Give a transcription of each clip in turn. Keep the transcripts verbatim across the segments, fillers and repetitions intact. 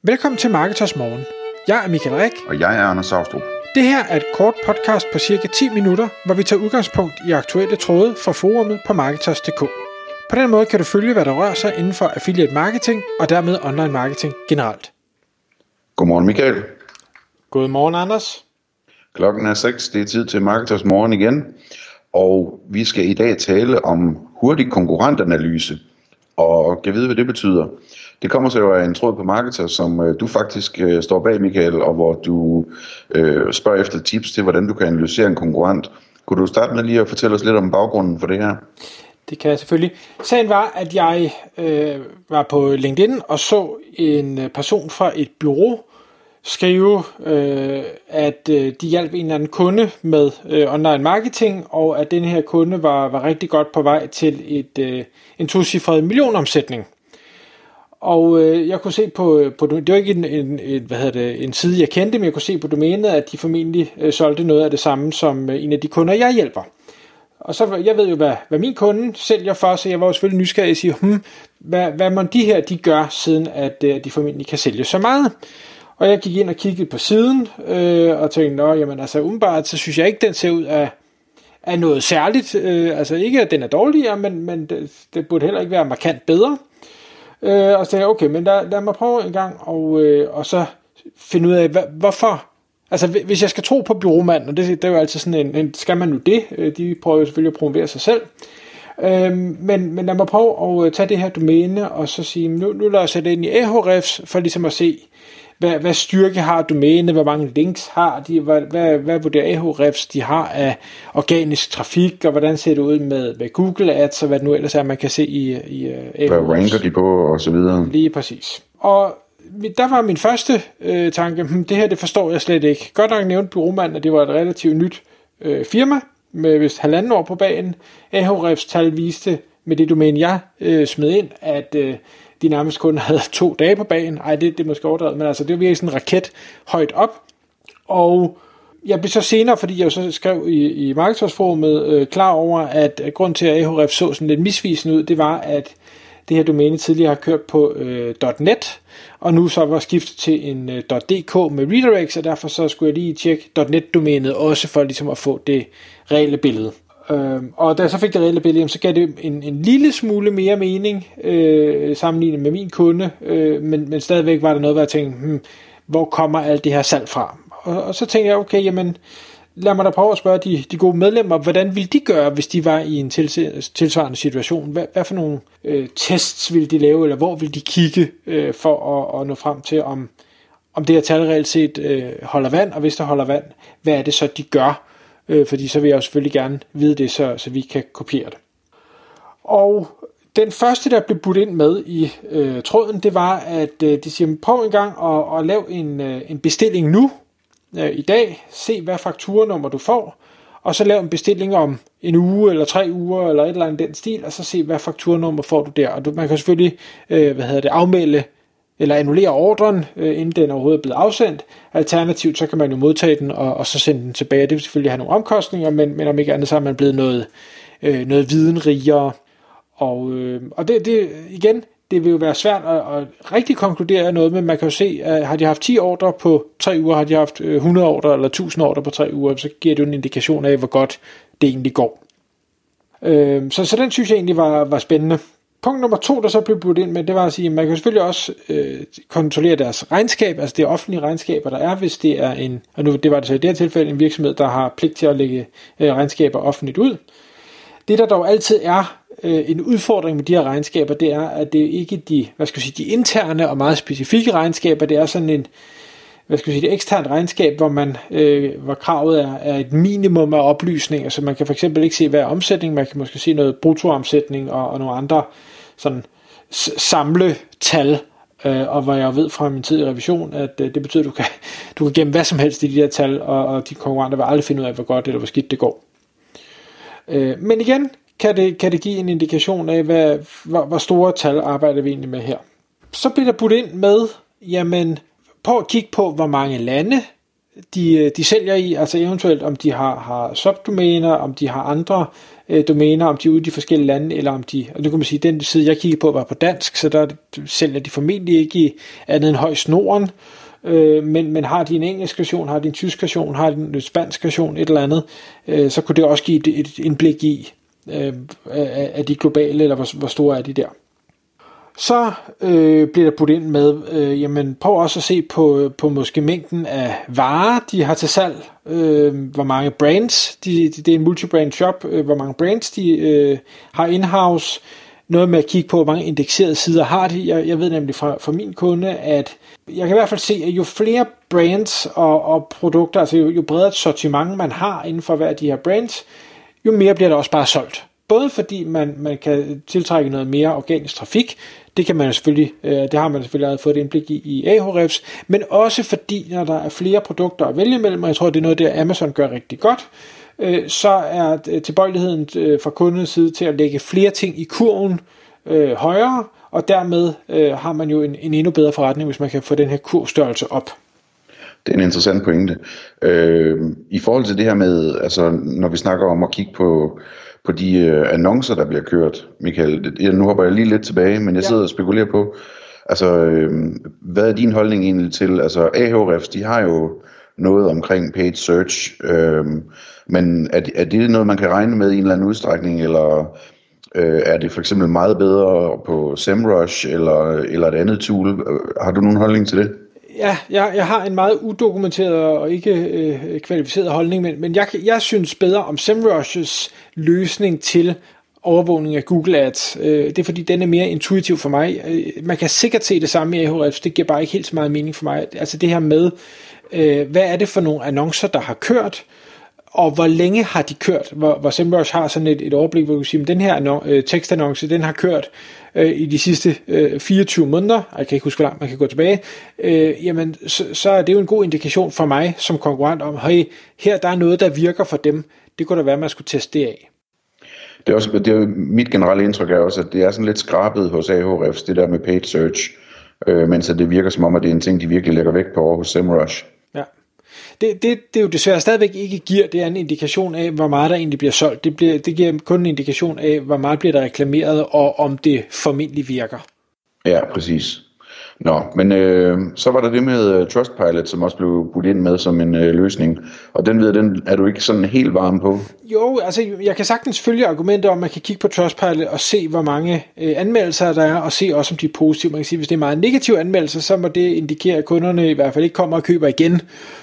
Velkommen til Marketers Morgen. Jeg er Michael Rik. Og jeg er Anders Saustrup. Det her er et kort podcast på cirka ti minutter, hvor vi tager udgangspunkt i aktuelle tråde fra forumet på Marketers punktum d k. På den måde kan du følge, hvad der rører sig inden for affiliate marketing og dermed online marketing generelt. Godmorgen Michael. Godmorgen Anders. Klokken er seks, det er tid til Marketers Morgen igen. Og vi skal i dag tale om hurtig konkurrentanalyse. Og kan vide, hvad det betyder. Det kommer så jo af en tråd på Marketer, som øh, du faktisk øh, står bag, Michael, og hvor du øh, spørger efter tips til, hvordan du kan analysere en konkurrent. Kunne du starte med lige at fortælle os lidt om baggrunden for det her? Det kan jeg selvfølgelig. Sagen var, at jeg øh, var på LinkedIn og så en person fra et bureau skrive, øh, at øh, de hjalp en eller anden kunde med øh, online marketing, og at den her kunde var, var rigtig godt på vej til et, øh, en tocifret millionomsætning. Og øh, jeg kunne se på, på det var ikke en, en, en, hvad hedder det, en side, jeg kendte, men jeg kunne se på domænet, at de formentlig øh, solgte noget af det samme som øh, en af de kunder, jeg hjælper. Og så, jeg ved jo, hvad, hvad min kunde sælger for, så jeg var jo selvfølgelig nysgerrig og sige, hmm, hvad, hvad må de her, de gør, siden at øh, de formentlig kan sælge så meget. Og jeg gik ind og kiggede på siden, øh, og tænkte, nå, jamen altså umiddelbart, så synes jeg ikke, den ser ud af, af noget særligt. Øh, altså ikke, at den er dårligere, men, men det, det burde heller ikke være markant bedre. Øh, og så tænkte jeg, okay, men lad, lad mig prøve en gang, og, øh, og så finde ud af, hvad, hvorfor. Altså hvis jeg skal tro på bureaumanden, og det, det er jo altid sådan en, en, skal man nu det? De prøver jo selvfølgelig at promovere sig selv. Øh, men, men lad mig prøve at tage det her domæne, og så sige, nu, nu lader jeg sætte ind i Ahrefs, for ligesom at se, hvad, hvad styrke har domæne, hvor mange links har de, hvad, hvad, hvad vurderer Ahrefs de har af organisk trafik, og hvordan ser det ud med, med Google Ads, og hvad det nu ellers er, man kan se i, i Ahrefs. Hvad ranker de på, og så videre. Lige præcis. Og der var min første øh, tanke, hm, det her det forstår jeg slet ikke. Godt nok nævnte bureaumanden, at det var et relativt nyt øh, firma, med vist halvanden år på bagen. Ahrefs tal viste med det domæne, jeg øh, smed ind, at øh, de nærmest kun havde to dage på bagen. Ej, det, det er måske overdrevet, men altså, det var virkelig sådan en raket højt op. Og jeg blev så senere, fordi jeg jo så skrev i, i Marketersforumet, øh, klar over, at grund til, at Ahrefs så sådan lidt misvisende ud, det var, at det her domæne tidligere har kørt på øh, .net, og nu så var skiftet til en øh, .dk med redirects, og derfor så skulle jeg lige tjekke .net-domænet også, for ligesom at få det reelle billede. Øh, og da jeg så fik det reelle billede, så gav det en, en lille smule mere mening, øh, sammenlignet med min kunde, øh, men, men stadigvæk var der noget, hvor jeg tænkte, hmm, hvor kommer alt det her salg fra? Og, og så tænkte jeg, okay, jamen, lad mig da prøve at spørge de, de gode medlemmer, hvordan ville de gøre, hvis de var i en tilsvarende situation? Hvad, hvad for nogle øh, tests ville de lave, eller hvor ville de kigge øh, for at, at nå frem til, om, om det her tal reelt set øh, holder vand, og hvis der holder vand, hvad er det så, de gør? Øh, fordi så vil jeg jo selvfølgelig gerne vide det, så, så vi kan kopiere det. Og den første, der blev budt ind med i øh, tråden, det var, at øh, de siger, prøv en gang at, at lave en, øh, en bestilling nu, i dag, se hvad fakturanummer du får, og så lav en bestilling om en uge, eller tre uger, eller et eller andet den stil, og så se hvad fakturanummer får du der. Og du, man kan selvfølgelig øh, hvad hedder det, afmelde, eller annullere ordren, øh, inden den overhovedet er blevet afsendt. Alternativt, så kan man jo modtage den, og, og så sende den tilbage. Det vil selvfølgelig have nogle omkostninger, men, men om ikke andet, så er man blevet noget, øh, noget videnrigere. Og, øh, og det, det igen, det vil jo være svært at, at rigtig konkludere noget, men man kan jo se, at har de haft ti ordre på tre uger, har de haft hundrede ordre eller tusind ordre på tre uger, så giver det jo en indikation af, hvor godt det egentlig går. Så, så den synes jeg egentlig var, var spændende. Punkt nummer to, der så blev budt ind med, det var at sige, at man kan selvfølgelig også øh, kontrollere deres regnskab, altså det offentlige regnskaber, der er, hvis det er en, og nu det var det så i det her tilfælde, en virksomhed, der har pligt til at lægge øh, regnskaber offentligt ud. Det der dog altid er øh, en udfordring med de her regnskaber, det er, at det ikke de, hvad skal jeg sige, de interne og meget specifikke regnskaber, det er sådan en, hvad skal jeg sige, det eksterne regnskab, hvor man, øh, hvor kravet er, er et minimum af oplysninger, så man kan for eksempel ikke se, hvad er omsætning, man kan måske se noget bruttoomsætning og, og nogle andre sådan samletal, øh, og hvad jeg ved fra min tid i revision, at øh, det betyder, at du kan, du kan gemme hvad som helst i de her tal, og, og de konkurrenter vil aldrig finde ud af, hvor godt eller hvor skidt det går. Øh, men igen, kan det, kan det give en indikation af, hvad, hvor, hvor store tal arbejder vi egentlig med her. Så bliver der budt ind med, jamen, prøv at kigge på, hvor mange lande de, de sælger i, altså eventuelt om de har, har subdomæner, om de har andre øh, domæner, om de er ude i de forskellige lande, eller om de, og nu kan man sige, den side jeg kiggede på var på dansk, så der sælger de formentlig ikke i andet end højst Norden, øh, men, men har de en engelsk version, har de en tysk version, har de en spansk version, et eller andet, øh, så kunne det også give et, et indblik i, øh, af, af de globale, eller hvor, hvor store er de der. Så øh, bliver der puttet ind med, øh, jamen prøv også at se på, på måske mængden af varer, de har til salg, øh, hvor mange brands, de, de, det er en multibrand shop, øh, hvor mange brands de øh, har in-house, noget med at kigge på, hvor mange indekserede sider har de. Jeg, jeg ved nemlig fra, fra min kunde, at jeg kan i hvert fald se, at jo flere brands og, og produkter, altså jo, jo bredere et sortiment man har inden for hver af de her brands, jo mere bliver der også bare solgt. Både fordi man, man kan tiltrække noget mere organisk trafik, det kan man selvfølgelig, øh, det har man selvfølgelig allerede fået et indblik i i Ahrefs, men også fordi, når der er flere produkter at vælge mellem, og jeg tror, det er noget, der Amazon gør rigtig godt, øh, så er tilbøjeligheden øh, fra kundens side til at lægge flere ting i kurven øh, højere, og dermed øh, har man jo en, en endnu bedre forretning, hvis man kan få den her kurvstørrelse op. Det er en interessant pointe. Øh, I forhold til det her med, altså når vi snakker om at kigge på på de øh, annoncer, der bliver kørt, Michael. Jeg, nu hopper jeg lige lidt tilbage, men jeg ja. sidder og spekulerer på, altså, øh, hvad er din holdning egentlig til, altså Ahrefs, de har jo noget omkring paid search, øh, men er, er det noget, man kan regne med i en eller anden udstrækning, eller øh, er det for eksempel meget bedre på SEMrush, eller, eller et andet tool? Har du nogen holdning til det? Ja, jeg, jeg har en meget udokumenteret og ikke øh, kvalificeret holdning, men, men jeg, jeg synes bedre om SEMrush's løsning til overvågning af Google Ads. Øh, det er fordi, den er mere intuitiv for mig. Øh, man kan sikkert se det samme i Ahrefs, det giver bare ikke helt så meget mening for mig. Altså det her med, øh, hvad er det for nogle annoncer, der har kørt, og hvor længe har de kørt, hvor, hvor SEMrush har sådan et, et overblik, hvor du kan sige, at den her annon- øh, tekstannonce, den har kørt øh, i de sidste øh, fireogtyve måneder, jeg kan ikke huske, hvor langt man kan gå tilbage, øh, jamen så, så er det jo en god indikation for mig som konkurrent om, hey, her der er noget, der virker for dem, det kunne da være, at man skulle teste det af. Det er, også, det er mit generelle indtryk er også, at det er sådan lidt skrabet hos Ahrefs, det der med paid search, øh, mens det virker som om, at det er en ting, de virkelig lægger vægt på over hos SEMrush. Ja. Det, det, det er jo desværre stadigvæk ikke giver, det er en indikation af, hvor meget der egentlig bliver solgt. Det, bliver, det giver kun en indikation af, hvor meget bliver der reklameret, og om det formentlig virker. Ja, præcis. Nå, men øh, så var der det med uh, Trustpilot, som også blev budt ind med som en øh, løsning, og den ved den er du ikke sådan helt varm på? Jo, altså jeg kan sagtens følge argumenter om, at man kan kigge på Trustpilot og se, hvor mange øh, anmeldelser der er, og se også, om de er positive. Man kan sige, hvis det er meget negative anmeldelser, så må det indikere, at kunderne i hvert fald ikke kommer og køber igen.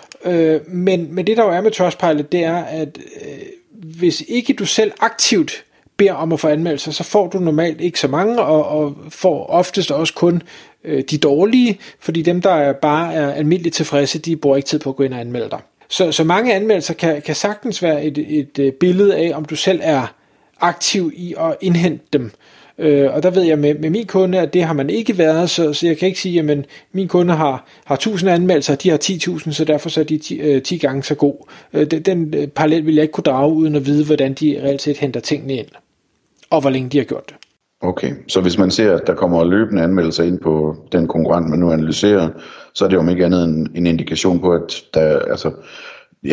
Øh, men, men det der jo er med Trustpilot, det er, at øh, hvis ikke du selv aktivt beder om at få anmeldelser, så får du normalt ikke så mange, og, og får oftest også kun øh, de dårlige, fordi dem, der er bare er almindeligt tilfredse, de bruger ikke tid på at gå ind og anmelde dig. Så, så mange anmeldelser kan, kan sagtens være et, et, et billede af, om du selv er aktiv i at indhente dem. Øh, og der ved jeg med, med min kunde, at det har man ikke været, så, så jeg kan ikke sige, at min kunde har, har tusind anmeldelser, de har ti tusind, så derfor så er de ti, øh, ti gange så god. Øh, den den øh, parallel vil jeg ikke kunne drage, uden at vide, hvordan de reelt set henter tingene ind, og hvor længe de har gjort det. Okay, så hvis man ser, at der kommer løbende anmeldelser ind på den konkurrent, man nu analyserer, så er det jo ikke andet end en indikation på, at der, altså, ja,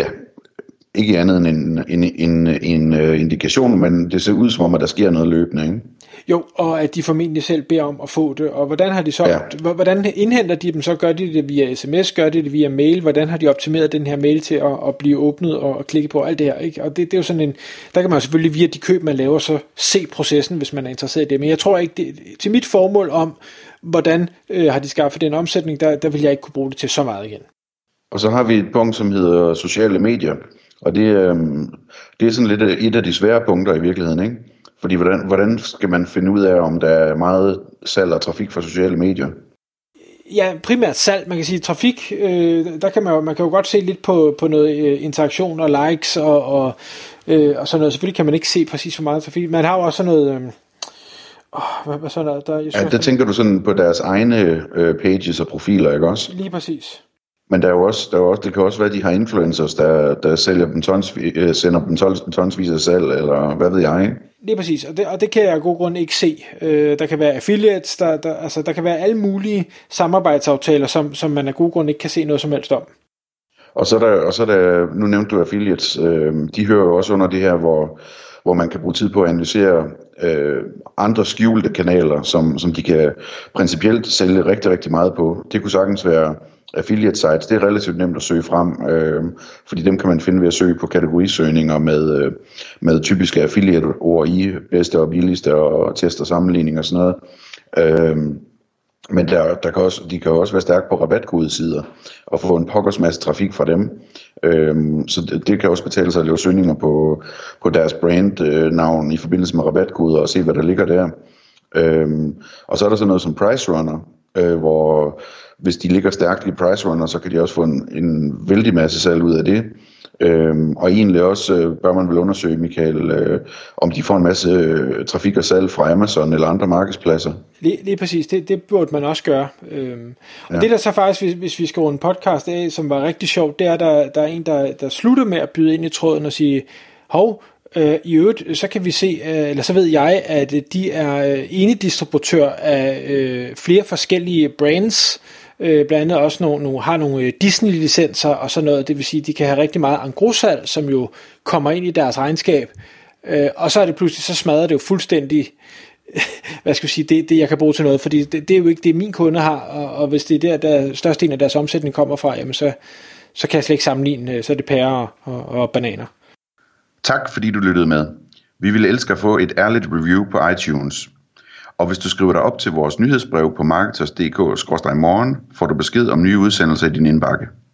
ikke andet end en, en, en, en uh, indikation, men det ser ud som om, at der sker noget løbende, ikke? Jo, og at de formentlig selv beder om at få det, og hvordan har de så, ja. hvordan indhenter de dem, så gør de det via sms, gør de det via mail, hvordan har de optimeret den her mail til at, at blive åbnet og at klikke på alt det her, ikke? Og det, det er jo sådan en, der kan man selvfølgelig via de køb, man laver, så se processen, hvis man er interesseret i det, men jeg tror ikke, det, til mit formål om, hvordan øh, har de skaffet den omsætning, der, der vil jeg ikke kunne bruge det til så meget igen. Og så har vi et punkt, som hedder sociale medier, og det, øh, det er sådan lidt et af de svære punkter i virkeligheden, ikke? Fordi hvordan, hvordan skal man finde ud af, om der er meget salg og trafik for sociale medier? Ja, primært salg. Man kan sige trafik, øh, der kan man jo, man kan jo godt se lidt på, på noget øh, interaktion og likes og, og, øh, og sådan noget. Selvfølgelig kan man ikke se præcis hvor meget trafik. Man har jo også sådan noget... Øh, åh, hvad, hvad sådan noget, der... Jeg ja, der tænker du sådan på deres egne øh, pages og profiler, ikke også? Lige præcis. Men der er jo også, der er jo også, det kan også være, at de har influencers, der, der sælger dem tons, sender dem tons, tonsvis af salg, eller hvad ved jeg. Lige præcis, og det, og det kan jeg af god grund ikke se. Øh, der kan være affiliates, der, der, altså, der kan være alle mulige samarbejdsaftaler, som, som man af god grund ikke kan se noget som helst om. Og så er der, og så er der nu nævnte du affiliates, øh, de hører jo også under det her, hvor, hvor man kan bruge tid på at analysere øh, andre skjulte kanaler, som, som de kan principielt sælge rigtig, rigtig meget på. Det kunne sagtens være affiliate sites. Det er relativt nemt at søge frem, øh, fordi dem kan man finde ved at søge på kategorisøgninger med, øh, med typiske affiliate-ord i, bedste og billigste og test og sammenligning og sådan noget. Øh, Men der, der kan også, de kan også være stærke på rabatkodesider og få en pokkers masse trafik fra dem. Øhm, så det, det kan også betale sig at lave søgninger på, på deres brandnavn i forbindelse med rabatkoder og se, hvad der ligger der. Øhm, og så er der sådan noget som PriceRunner, øh, hvor hvis de ligger stærkt i PriceRunner, så kan de også få en, en vældig masse salg ud af det. Øhm, og egentlig også øh, bør man vel undersøge, Michael, øh, om de får en masse øh, trafik og salg fra Amazon eller andre markedspladser. Lige, lige præcis, det, det burde man også gøre. Øhm, og ja. Det der så faktisk, hvis, hvis vi skal runde en podcast af, som var rigtig sjovt, det er, der, der er en, der, der slutter med at byde ind i tråden og sige, hov, øh, i øvrigt, så kan vi se, øh, eller så ved jeg, at de er ene distributør af øh, flere forskellige brands, Øh, blandt andet også nogle, nogle, har nogle Disney-licenser og sådan noget, det vil sige, de kan have rigtig meget engrossalg, som jo kommer ind i deres regnskab, øh, og så er det pludselig, så smadrer det jo fuldstændig, hvad skal jeg sige, det, det jeg kan bruge til noget, fordi det, det er jo ikke det, min kunde har, og, og hvis det er der, der størstedelen af deres omsætning kommer fra, jamen så, så kan jeg slet ikke sammenligne, så er det pærer og, og, og bananer. Tak fordi du lyttede med. Vi ville elske at få et ærligt review på iTunes. Og hvis du skriver dig op til vores nyhedsbrev på marketers punktum d k skråstreg morgen, får du besked om nye udsendelser i din indbakke.